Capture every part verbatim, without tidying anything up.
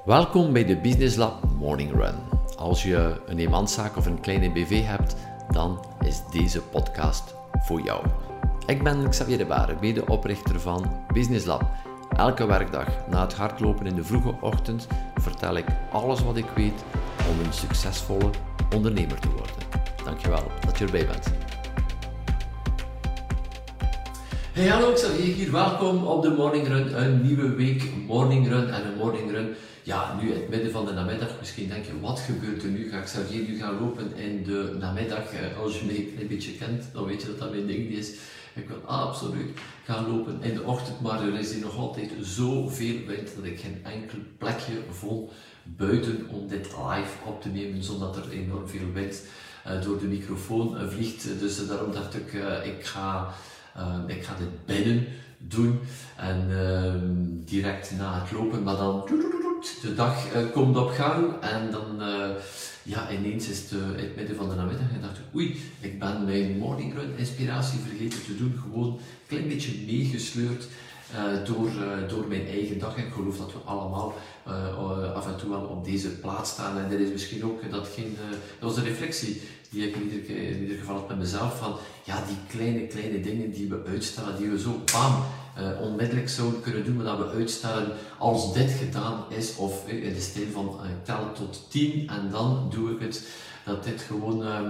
Welkom bij de Business Lab Morning Run. Als je een eenmanszaak of een kleine B V hebt, dan is deze podcast voor jou. Ik ben Xavier de Baren, medeoprichter van Business Lab. Elke werkdag na het hardlopen in de vroege ochtend vertel ik alles wat ik weet om een succesvolle ondernemer te worden. Dankjewel dat je erbij bent. Hey, hallo Xavier hier. Welkom op de Morning Run. Een nieuwe week Morning Run en een Morning Run. Ja, nu in het midden van de namiddag. Misschien denk je, wat gebeurt er nu? Ga ik Xavier nu gaan lopen in de namiddag? Als je mij een beetje kent, dan weet je dat dat mijn ding is. Ik wil absoluut gaan lopen in de ochtend, maar er is hier nog altijd zoveel wind dat ik geen enkel plekje vond buiten om dit live op te nemen, zonder dat er enorm veel wind uh, door de microfoon uh, vliegt. Dus uh, daarom dacht ik, uh, ik ga... Uh, ik ga dit binnen doen en uh, direct na het lopen, maar dan de dag uh, komt op gang en dan uh, ja, ineens is het uh, in het midden van de namiddag en dacht ik, oei, ik ben mijn morning run inspiratie vergeten te doen, gewoon een klein beetje meegesleurd uh, door, uh, door mijn eigen dag. En ik geloof dat we allemaal uh, uh, af en toe wel op deze plaats staan en dit is misschien ook datgene, uh, dat was een reflectie die ik in ieder, in ieder geval had met mezelf, van ja, die kleine, kleine dingen die we uitstellen, die we zo bam, uh, onmiddellijk zouden kunnen doen, maar dat we uitstellen als dit gedaan is, of uh, in de stijl van uh, ik tel tot tien en dan doe ik het, dat dit gewoon uh,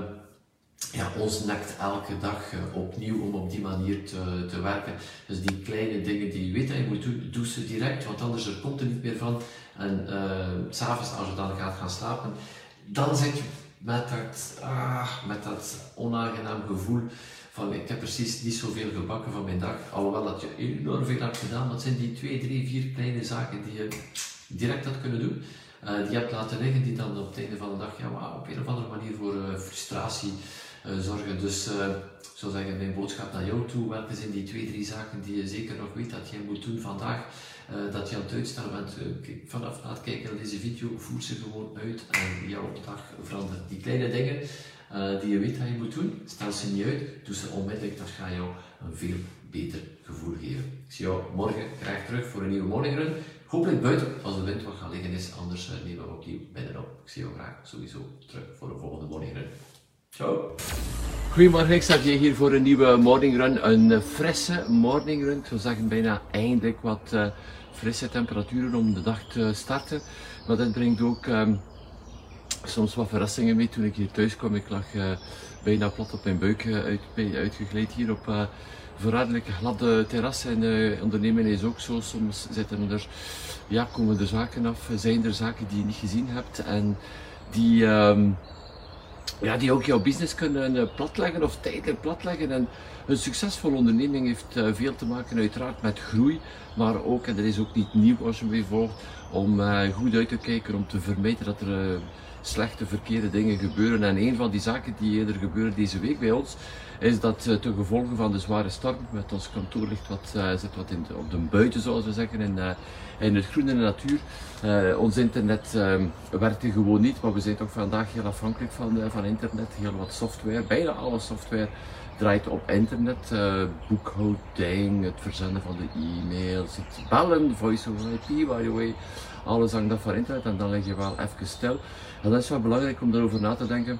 ja, ons nekt elke dag uh, opnieuw om op die manier te, te werken. Dus die kleine dingen die je weet dat je moet doen, doe ze direct, want anders er komt er niet meer van. En uh, s'avonds als je dan gaat gaan slapen, dan zit je met dat, ah, met dat onaangenaam gevoel van ik heb precies niet zoveel gebakken van mijn dag, alhoewel dat je enorm veel hebt gedaan. Dat zijn die twee, drie, vier kleine zaken die je direct had kunnen doen, uh, die je hebt laten liggen, die dan op het einde van de dag ja, wow, op een of andere manier voor uh, frustratie uh, zorgen. Dus uh, ik zou zeggen, mijn boodschap naar jou toe, welke zijn die twee, drie zaken die je zeker nog weet dat jij moet doen vandaag, uh, dat je aan het uitstellen bent. Uh, vanaf na het kijken naar deze video, voer ze gewoon uit en jouw dag verandert. Die kleine dingen uh, die je weet dat je moet doen, stel ze niet uit, doe ze onmiddellijk, dat gaat jou een veel beter gevoel geven. Ik zie jou morgen graag terug voor een nieuwe morning run. Hopelijk buiten, als de wind wat gaan liggen is, anders uh, nemen we opnieuw binnenop. Ik zie jou graag sowieso terug voor een volgende morning run. Ciao! Goedemorgen, ik sta hier voor een nieuwe morning run, een frisse morning run. Ik zou zeggen bijna eindelijk wat uh, frisse temperaturen om de dag te starten. Maar dat brengt ook um, soms wat verrassingen mee. Toen ik hier thuis kwam, ik lag uh, bijna plat op mijn buik uh, uit, uitgegleed hier op uh, verraderlijke gladde terras. En uh, ondernemen is ook zo, soms zitten er, ja, komen er zaken af, zijn er zaken die je niet gezien hebt en die... Um, Ja, die ook jouw business kunnen platleggen of tijdelijk platleggen. En een succesvolle onderneming heeft uh, veel te maken uiteraard met groei, maar ook, en dat is ook niet nieuw als je me volgt, om uh, goed uit te kijken, om te vermijden dat er uh, slechte, verkeerde dingen gebeuren. En een van die zaken die eerder gebeuren deze week bij ons, is dat uh, ten gevolge van de zware storm, met ons kantoor ligt wat, uh, zit wat in de, op de buiten zoals we zeggen, in, uh, in het groene natuur. Uh, ons internet uh, werkte gewoon niet, maar we zijn toch vandaag heel afhankelijk van, uh, van internet, heel wat software, bijna alle software draait op internet, uh, boekhouding, het verzenden van de e-mails, het bellen, voice over I P by the way, alles hangt af van internet en dan lig je wel even stil. En dat is wel belangrijk om daarover na te denken.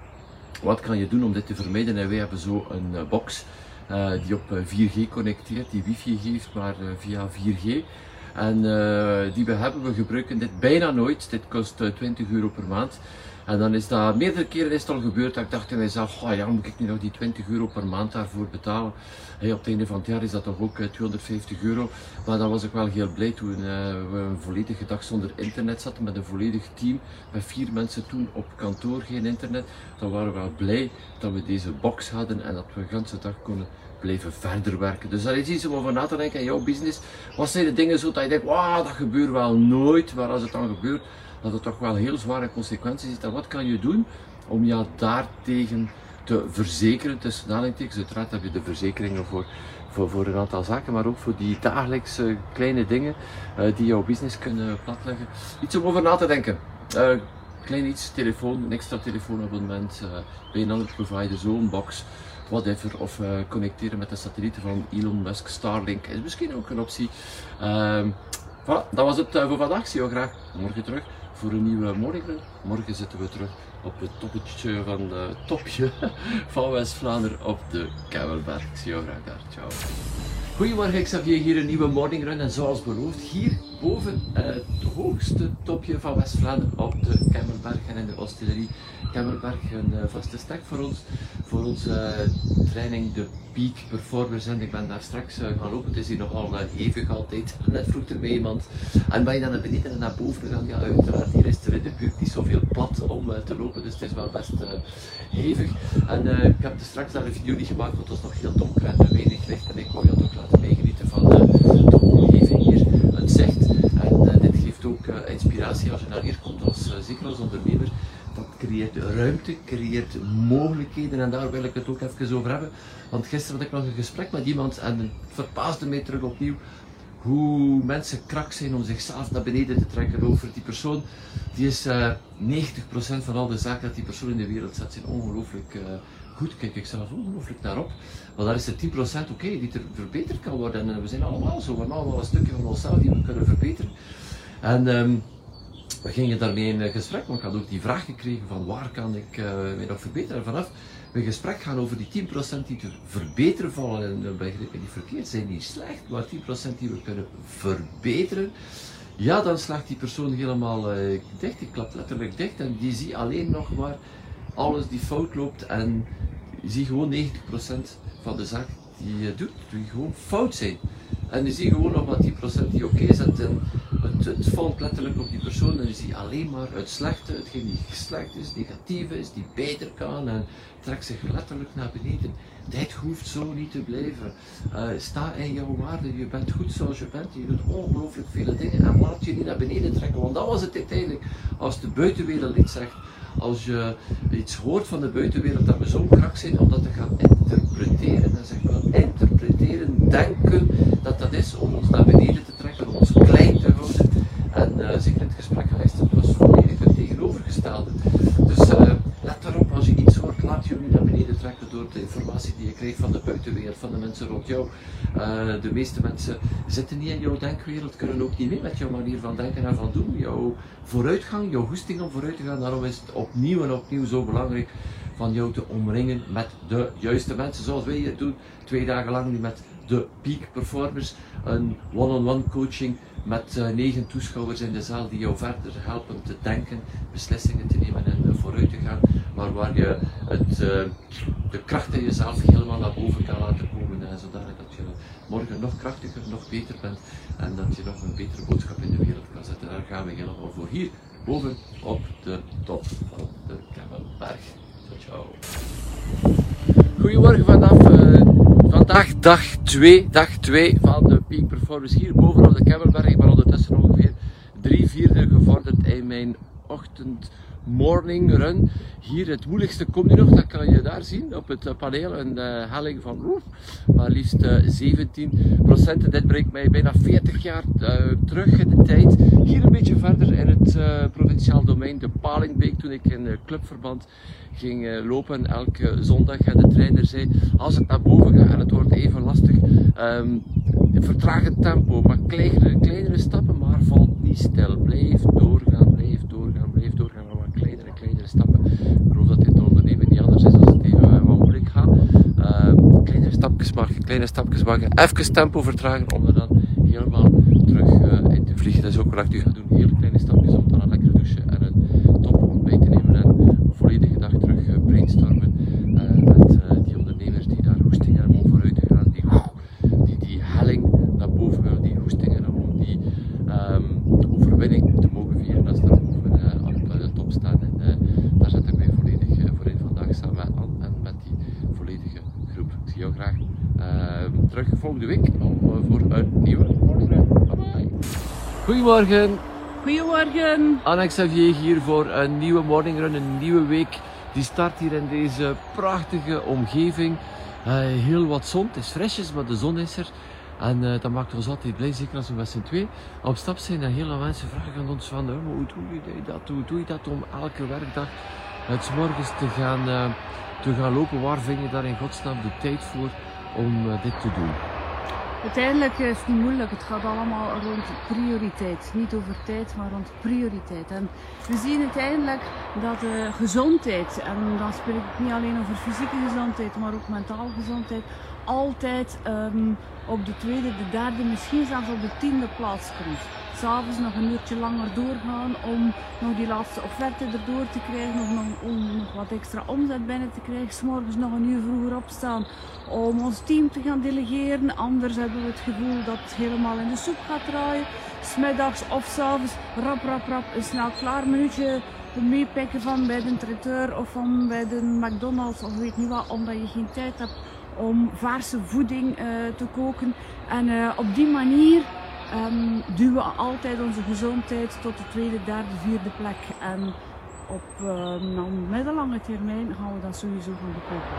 Wat kan je doen om dit te vermijden? En wij hebben zo een uh, box uh, die op vier G connecteert, die wifi geeft, maar uh, via vier G. En uh, die we hebben, we gebruiken dit bijna nooit. Dit kost uh, twintig euro per maand. En dan is dat meerdere keren is het al gebeurd dat ik dacht in mijzelf, oh ja, moet ik nu nog die twintig euro per maand daarvoor betalen? Hey, op het einde van het jaar is dat toch ook uh, tweehonderdvijftig euro. Maar dan was ik wel heel blij toen uh, we een volledige dag zonder internet zaten met een volledig team. Met vier mensen toen op kantoor, geen internet. Dan waren we wel blij dat we deze box hadden en dat we de hele dag konden blijven verder werken. Dus dat is iets om over na te denken in jouw business. Wat zijn de dingen zo dat je denkt, wauw, dat gebeurt wel nooit. Maar als het dan gebeurt, dat het toch wel heel zware consequenties heeft. En wat kan je doen om je daartegen te verzekeren, tussen aanhalingstekens. Uiteraard heb je de verzekeringen voor, voor, voor een aantal zaken, maar ook voor die dagelijkse kleine dingen uh, die jouw business kunnen platleggen. Iets om over na te denken. Uh, klein iets, telefoon, een extra telefoonabonnement, uh, bij een andere provider, zo'n box. Whatever, of uh, connecteren met de satellieten van Elon Musk, Starlink is misschien ook een optie. Uh, Voilà, dat was het voor vandaag. Zie je graag morgen terug voor een nieuwe morgen. Morgen zitten we terug op het toppetje van het topje van West-Vlaanderen op de Kemmelberg. Ik zie je graag daar. Ciao. Goedemorgen Xavier, hier een nieuwe morning run en zoals beloofd hier boven het hoogste topje van West-Vlaanderen op de Kemmelberg en in de Ostillerie Kemmelberg, een vaste stek voor ons, voor onze training de Peak Performers en ik ben daar straks gaan lopen. Het is hier nogal hevig altijd, net vroeg er bij iemand en ben je dan naar beneden en naar boven gegaan, ja uiteraard hier is er in de buurt niet zoveel plat om te lopen, dus het is wel best uh, hevig en uh, ik heb er straks daar een video niet gemaakt want het was nog heel donker en weinig licht en ik wou je toch laten meegenieten van uh, de omgeving hier, het zicht en uh, dit geeft ook uh, inspiratie als je naar hier komt als uh, zeker als ondernemer. Dat creëert ruimte, creëert mogelijkheden en daar wil ik het ook even over hebben. Want gisteren had ik nog een gesprek met iemand en het verbaasde mij terug opnieuw hoe mensen krak zijn om zichzelf naar beneden te trekken. Over die persoon, die is uh, negentig procent van al de zaken dat die persoon in de wereld zet zijn ongelooflijk uh, goed. Kijk ik zelf ongelooflijk naar op. Maar daar is er tien procent oké okay, die er verbeterd kan worden en uh, we zijn allemaal zo, we hebben allemaal een stukje van onszelf die we kunnen verbeteren. En, um, we gingen daarmee in gesprek, want ik had ook die vraag gekregen van waar kan ik uh, mij nog verbeteren. En vanaf we in gesprek gaan over die tien procent die te verbeteren vallen, en uh, begrijp ik niet verkeerd, zijn niet slecht, maar tien procent die we kunnen verbeteren, ja dan slaagt die persoon helemaal uh, dicht, die klapt letterlijk dicht en die ziet alleen nog maar alles die fout loopt en zie gewoon negentig procent van de zaken die je doet, die gewoon fout zijn. En je ziet gewoon nog maar tien procent die oké okay zet en het, het valt letterlijk op die persoon en je ziet alleen maar het slechte, hetgeen die slecht is, negatief is, die beter kan en trekt zich letterlijk naar beneden. Dit hoeft zo niet te blijven. Uh, sta in jouw waarde, je bent goed zoals je bent, je doet ongelooflijk vele dingen en laat je niet naar beneden trekken, want dat was het uiteindelijk. Als de buitenwereld iets zegt, als je iets hoort van de buitenwereld dat we zo krak zijn om dat te gaan interpreteren, dan zeg ik wel interpreteren, denken dat dat is om ons naar beneden te trekken, om ons klein te houden. En uh, zeker in het gesprek geweest, het was volledig het tegenovergestelde. Dus uh, let erop, als je iets hoort, laat je niet naar beneden trekken door de informatie die je krijgt van de buitenwereld, van de mensen rond jou. Uh, de meeste mensen zitten niet in jouw denkwereld, kunnen ook niet mee met jouw manier van denken en van doen. Jouw vooruitgang, jouw goesting om vooruit te gaan, daarom is het opnieuw en opnieuw zo belangrijk van jou te omringen met de juiste mensen, zoals wij het doen, twee dagen lang nu met de Peak Performers, een one-on-one coaching met uh, negen toeschouwers in de zaal die jou verder helpen te denken, beslissingen te nemen en uh, vooruit te gaan, maar waar je het, uh, de kracht in jezelf helemaal naar boven kan laten komen, uh, zodanig dat je morgen nog krachtiger, nog beter bent en dat je nog een betere boodschap in de wereld kan zetten. Daar gaan we helemaal voor hier, boven op de top van de Kemmelberg. Ciao. Goedemorgen vanaf uh, vandaag dag twee, dag twee van de Peak Performance hier boven op de Kemmelberg. Ik ben ondertussen ongeveer drie vierde gevorderd in mijn ochtend morning run. Hier het moeilijkste komt nu nog, dat kan je daar zien op het paneel, een uh, helling van oef, maar liefst uh, zeventien procent. Dit brengt mij bijna veertig jaar uh, terug in de tijd. Hier een beetje verder in het uh, provinciaal domein, de Palingbeek, toen ik in uh, clubverband ging uh, lopen elke zondag en de trainer zei, als ik naar boven ga en het wordt even lastig, um, vertraag het tempo, maar kleinere, kleinere stappen, maar valt niet stil. Blijf doorgaan, blijf doorgaan, blijf doorgaan, maar kleinere, kleinere stappen. Ik geloof dat dit ondernemen niet anders is als het even uh, wat moeilijk gaat. Uh, kleinere stapjes maken, kleine stapjes maken, even tempo vertragen om er dan helemaal terug uh, in te vliegen. Dat is ook wat ik nu ga doen, hele kleine stapjes om dan een lekkere douche en een top ontbijt te nemen en een volledige dag terug uh, brainstormen uh, met uh, die ondernemers die daar goesting hebben om vooruit te gaan, die, die die helling naar boven gaan, die goesting hebben om die um, overwinning te mogen vieren als ze daar boven uh, op uh, de top staan. En uh, daar zet ik mij volledig uh, voor in vandaag samen met Anne en met die volledige groep. Ik zie jou graag uh, terug volgende week om, uh, voor een nieuwe morning run. Bye bye. Goedemorgen. Goedemorgen. Anne en Xavier hier voor een nieuwe morning run, een nieuwe week. Die start hier in deze prachtige omgeving. Uh, heel wat zon, het is frisjes, maar de zon is er. En uh, dat maakt ons altijd blij, zeker als we met z'n twee op stap zijn. En heel veel mensen vragen aan ons van, oh, maar hoe doe je dat? Hoe doe je dat om elke werkdag het 's morgens te gaan, uh, te gaan lopen? Waar vind je daar in godsnaam de tijd voor om uh, dit te doen? uiteindelijk is het niet moeilijk. Het gaat allemaal rond prioriteit. Niet over tijd, maar rond prioriteit. En we zien uiteindelijk dat de gezondheid, en dan spreek ik niet alleen over fysieke gezondheid, maar ook mentale gezondheid, altijd um, op de tweede, de derde, misschien zelfs op de tiende plaats komt. S'avonds nog een uurtje langer doorgaan om nog die laatste offerte erdoor te krijgen of nog, om nog wat extra omzet binnen te krijgen. 's Morgens nog een uur vroeger opstaan om ons team te gaan delegeren. Anders hebben we het gevoel dat het helemaal in de soep gaat draaien. 's Middags of 's avonds rap rap rap een snel klaar minuutje meepikken van bij de traiteur of van bij de McDonald's of weet niet wat, omdat je geen tijd hebt om verse voeding uh, te koken. En uh, op die manier Um, duwen we altijd onze gezondheid tot de tweede, derde, vierde plek. En op uh, middellange termijn gaan we dat sowieso gaan bekopen.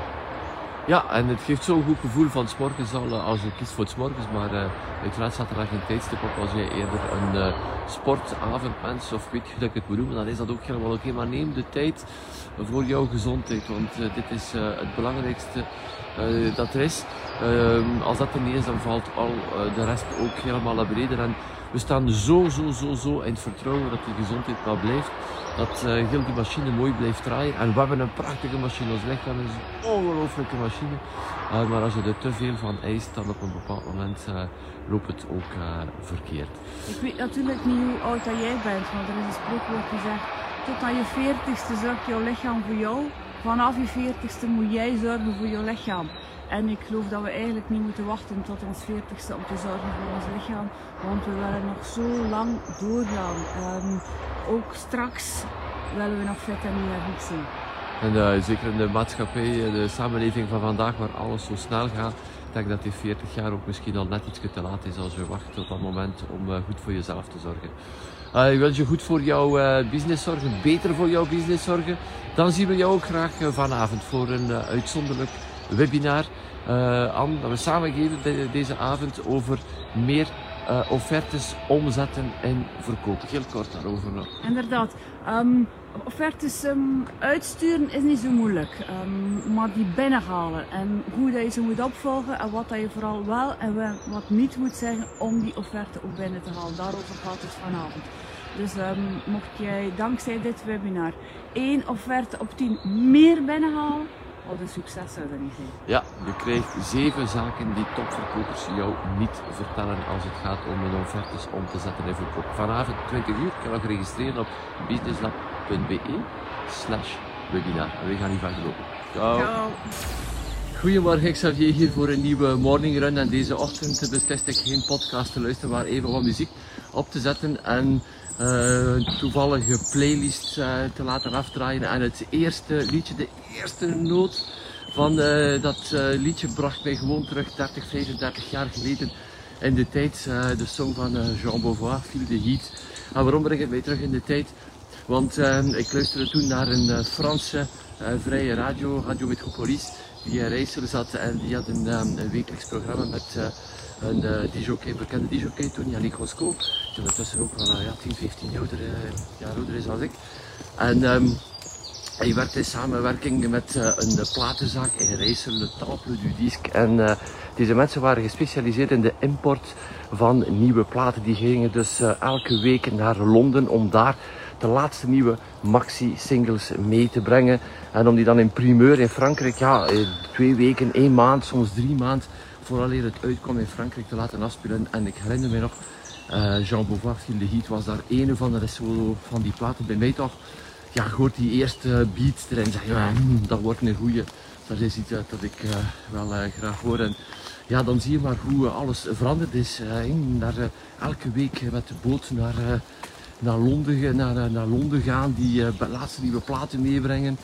Ja, en het geeft zo'n goed gevoel van 's morgens al als je kiest voor 's morgens, maar uh, uiteraard staat er daar geen tijdstip op. Als jij eerder een uh, sportavondmens of weet je dat ik het moet noemen, dan is dat ook helemaal oké. Maar neem de tijd voor jouw gezondheid, want uh, dit is uh, het belangrijkste uh, dat er is. Uh, als dat er niet is, dan valt al uh, de rest ook helemaal naar beneden. En we staan zo, zo, zo, zo in het vertrouwen dat die gezondheid maar blijft. Dat uh, heel die machine mooi blijft draaien. En we hebben een prachtige machine. Ons lichaam is een ongelooflijke machine. Uh, maar als je er te veel van eist, dan op een bepaald moment uh, loopt het ook uh, verkeerd. Ik weet natuurlijk niet hoe oud dat jij bent, want er is een spreekwoord die zegt: tot aan je veertigste zorgt jouw lichaam voor jou. Vanaf je veertigste moet jij zorgen voor jouw lichaam. En ik geloof dat we eigenlijk niet moeten wachten tot ons veertigste om te zorgen voor ons lichaam, want we willen nog zo lang doorgaan. Um, ook straks willen we nog fit en goed zijn. En uh, zeker in de maatschappij, de samenleving van vandaag, waar alles zo snel gaat, ik denk dat die veertig jaar ook misschien al net iets te laat is als je wacht tot dat moment om uh, goed voor jezelf te zorgen. Uh, wil je goed voor jouw uh, business zorgen, beter voor jouw business zorgen, dan zien we jou ook graag uh, vanavond voor een uh, uitzonderlijk webinar uh, aan dat we samen geven de, deze avond over meer uh, offertes omzetten en verkopen. Heel kort daarover nog. Inderdaad. Um, offertes um, uitsturen is niet zo moeilijk, um, maar die binnenhalen en hoe dat je ze moet opvolgen en wat dat je vooral wel en wat niet moet zeggen om die offerte ook binnen te halen. Daarover gaat het vanavond. Dus um, mocht jij dankzij dit webinar één offerte op tien meer binnenhalen, wat een succes zou dat niet zijn. Ja, je krijgt zeven zaken die topverkopers jou niet vertellen als het gaat om hun offertes om te zetten in verkoop. Vanavond twintig uur kan je registreren op businesslab punt be slash webinar. En we gaan nu verder lopen. Ciao. Ciao. Goedemorgen, Xavier hier voor een nieuwe morning run. En deze ochtend besliste ik geen podcast te luisteren, maar even wat muziek op te zetten en uh, een toevallige playlist uh, te laten afdraaien. En het eerste liedje, de eerste noot van uh, dat uh, liedje bracht mij gewoon terug dertig, vijfendertig jaar geleden in de tijd. Uh, de song van uh, Jean Beauvoir, Feel the Heat. En waarom breng ik mij terug in de tijd? Want uh, ik luisterde toen naar een uh, Franse uh, vrije radio, Radio Metropolis, die in Rijssel zat en die had een, um, een wekelijks programma met uh, een uh, disjockey, bekende disjockey, Tony Aligrosco, die ondertussen ook wel uh, ja, tien, vijftien jaar ouder, uh, jaar ouder is dan ik. En um, hij werkte in samenwerking met uh, een platenzaak in Rijssel, Le Temple du Disque. En uh, deze mensen waren gespecialiseerd in de import van nieuwe platen. Die gingen dus uh, elke week naar Londen om daar de laatste nieuwe maxi-singles mee te brengen. En om die dan in primeur in Frankrijk, ja, twee weken, één maand, soms drie maanden, vooraleer het uitkwam in Frankrijk te laten afspelen. En ik herinner me nog, uh, Jean Beauvoir, Feel the Heat, was daar een van de solo van die platen bij mij toch. Ja, hoort die eerste beats erin, zeg je, ja, mm, dat wordt een goeie. Dat is iets dat ik uh, wel uh, graag hoor. En ja, dan zie je maar hoe uh, alles veranderd is. Uh, naar, uh, elke week uh, met de boot naar... Uh, Naar Londen, naar, naar Londen gaan, die uh, laatste nieuwe platen meebrengen.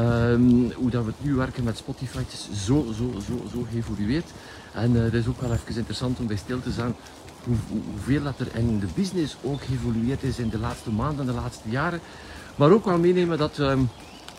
Um, hoe dat we het nu werken met Spotify, het is zo, zo, zo, zo geëvolueerd. En uh, het is ook wel even interessant om bij stil te staan hoe, hoe, hoeveel dat er in de business ook geëvolueerd is in de laatste maanden, de laatste jaren. Maar ook wel meenemen dat um,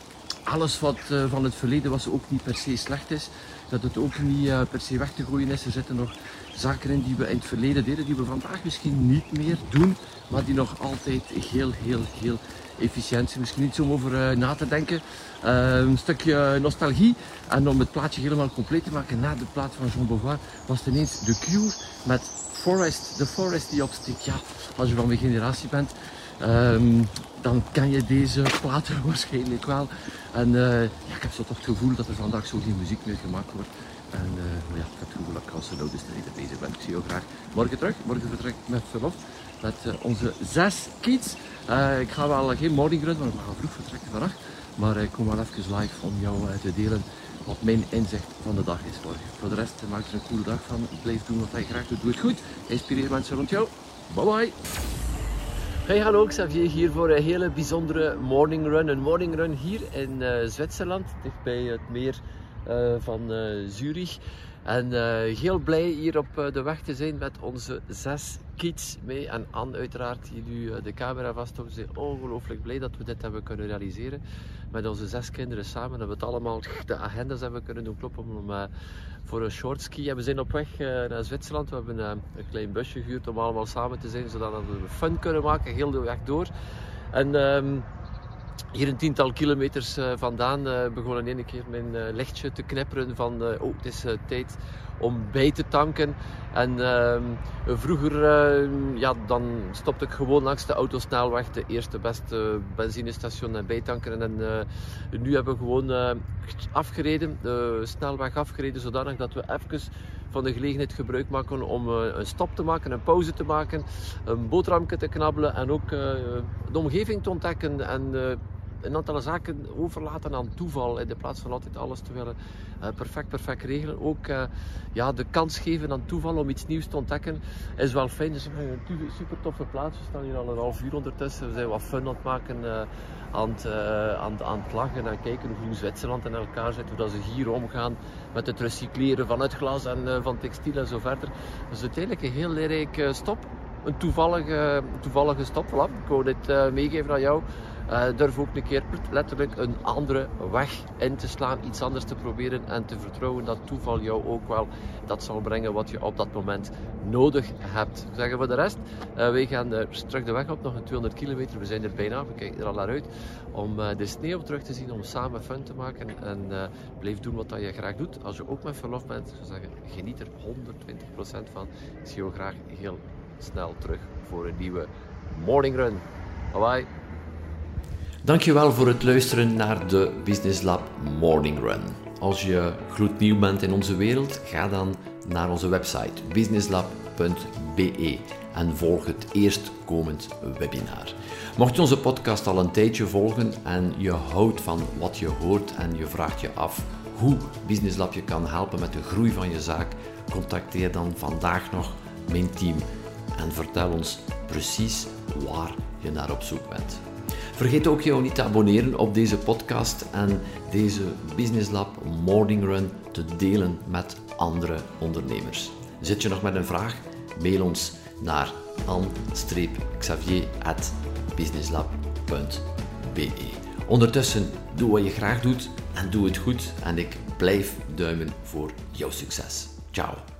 alles wat uh, van het verleden was ook niet per se slecht is. Dat het ook niet uh, per se weg te gooien is. Er zitten nog zaken in die we in het verleden deden, die we vandaag misschien niet meer doen, maar die nog altijd heel, heel, heel efficiënt zijn. Misschien iets om over uh, na te denken. Uh, een stukje nostalgie. En om het plaatje helemaal compleet te maken, na de plaat van Jean Beauvoir, was het ineens The Cure met Forest, The Forest die opsteekt. Ja, als je van mijn generatie bent, um, dan ken je deze platen waarschijnlijk wel. En uh, ja, ik heb zo toch het gevoel dat er vandaag zo geen muziek meer gemaakt wordt. En uh, ja, ik heb het gevoel dat ik als een oude strijder bezig ben. Ik zie jou graag morgen terug. Morgen vertrek ik met verlof met uh, onze zes kids. Uh, ik ga wel geen morning run, want we gaan vroeg vertrekken vannacht. Maar uh, ik kom wel even live om jou uh, te delen wat mijn inzicht van de dag is morgen. Voor de rest uh, maak er een coole dag van. Blijf doen wat je graag doet. Doe het goed. Inspireer mensen rond jou. Bye bye. Hey, hallo, Xavier hier voor een hele bijzondere morning run. Een morning run hier in uh, Zwitserland, dicht bij het meer uh, van uh, Zurich. En uh, heel blij hier op uh, de weg te zijn met onze zes kids mee. En Anne uiteraard, die nu uh, de camera vasthoudt. Ze zijn ongelooflijk blij dat we dit hebben kunnen realiseren. Met onze zes kinderen samen hebben we het allemaal, de agendas hebben kunnen doen kloppen om uh, voor een shortski. En we zijn op weg uh, naar Zwitserland. We hebben uh, een klein busje gehuurd om allemaal samen te zijn, zodat we fun kunnen maken, heel de weg door. En um, hier een tiental kilometers uh, vandaan uh, begon in één keer mijn uh, lichtje te knipperen van uh, oh, het is uh, tijd om bij te tanken. En uh, vroeger uh, ja, dan stopte ik gewoon langs de autosnelweg, de eerste beste benzinestation en bijtanken. En uh, nu hebben we gewoon uh, afgereden, de snelweg afgereden, zodanig dat we even van de gelegenheid gebruik maken om uh, een stop te maken, een pauze te maken, een boterhamje te knabbelen en ook uh, de omgeving te ontdekken en uh, een aantal zaken overlaten aan toeval in de plaats van altijd alles te willen uh, perfect, perfect regelen. Ook uh, ja, de kans geven aan toeval om iets nieuws te ontdekken is wel fijn. Dus een super toffe plaats. We staan hier al een half uur ondertussen. We zijn wat fun aan het maken, uh, aan, het, uh, aan, aan het lachen en kijken hoe Zwitserland in elkaar zit, hoe dat ze hier omgaan met het recycleren van het glas en uh, van textiel en zo verder. Dus uiteindelijk een heel leerrijk uh, stop. Een toevallige, toevallige stop. Voilà. Ik wou dit uh, meegeven aan jou. Uh, durf ook een keer letterlijk een andere weg in te slaan, iets anders te proberen en te vertrouwen dat toeval jou ook wel dat zal brengen wat je op dat moment nodig hebt. Zeggen we de rest. Uh, wij gaan uh, terug de weg op, nog een tweehonderd kilometer. We zijn er bijna, we kijken er al naar uit om uh, de sneeuw terug te zien, om samen fun te maken en uh, blijf doen wat je graag doet. Als je ook met verlof bent, zou zeggen, geniet er honderdtwintig procent van. Ik zie jou graag heel snel terug voor een nieuwe morning run. Bye bye. Dankjewel voor het luisteren naar de Business Lab Morning Run. Als je gloednieuw bent in onze wereld, ga dan naar onze website businesslab punt be en volg het eerstkomend webinar. Mocht je onze podcast al een tijdje volgen en je houdt van wat je hoort en je vraagt je af hoe Business Lab je kan helpen met de groei van je zaak, contacteer dan vandaag nog mijn team en vertel ons precies waar je naar op zoek bent. Vergeet ook jou niet te abonneren op deze podcast en deze Business Lab Morning Run te delen met andere ondernemers. Zit je nog met een vraag? Mail ons naar an xavier at businesslab punt be. Ondertussen, doe wat je graag doet en doe het goed en ik blijf duimen voor jouw succes. Ciao.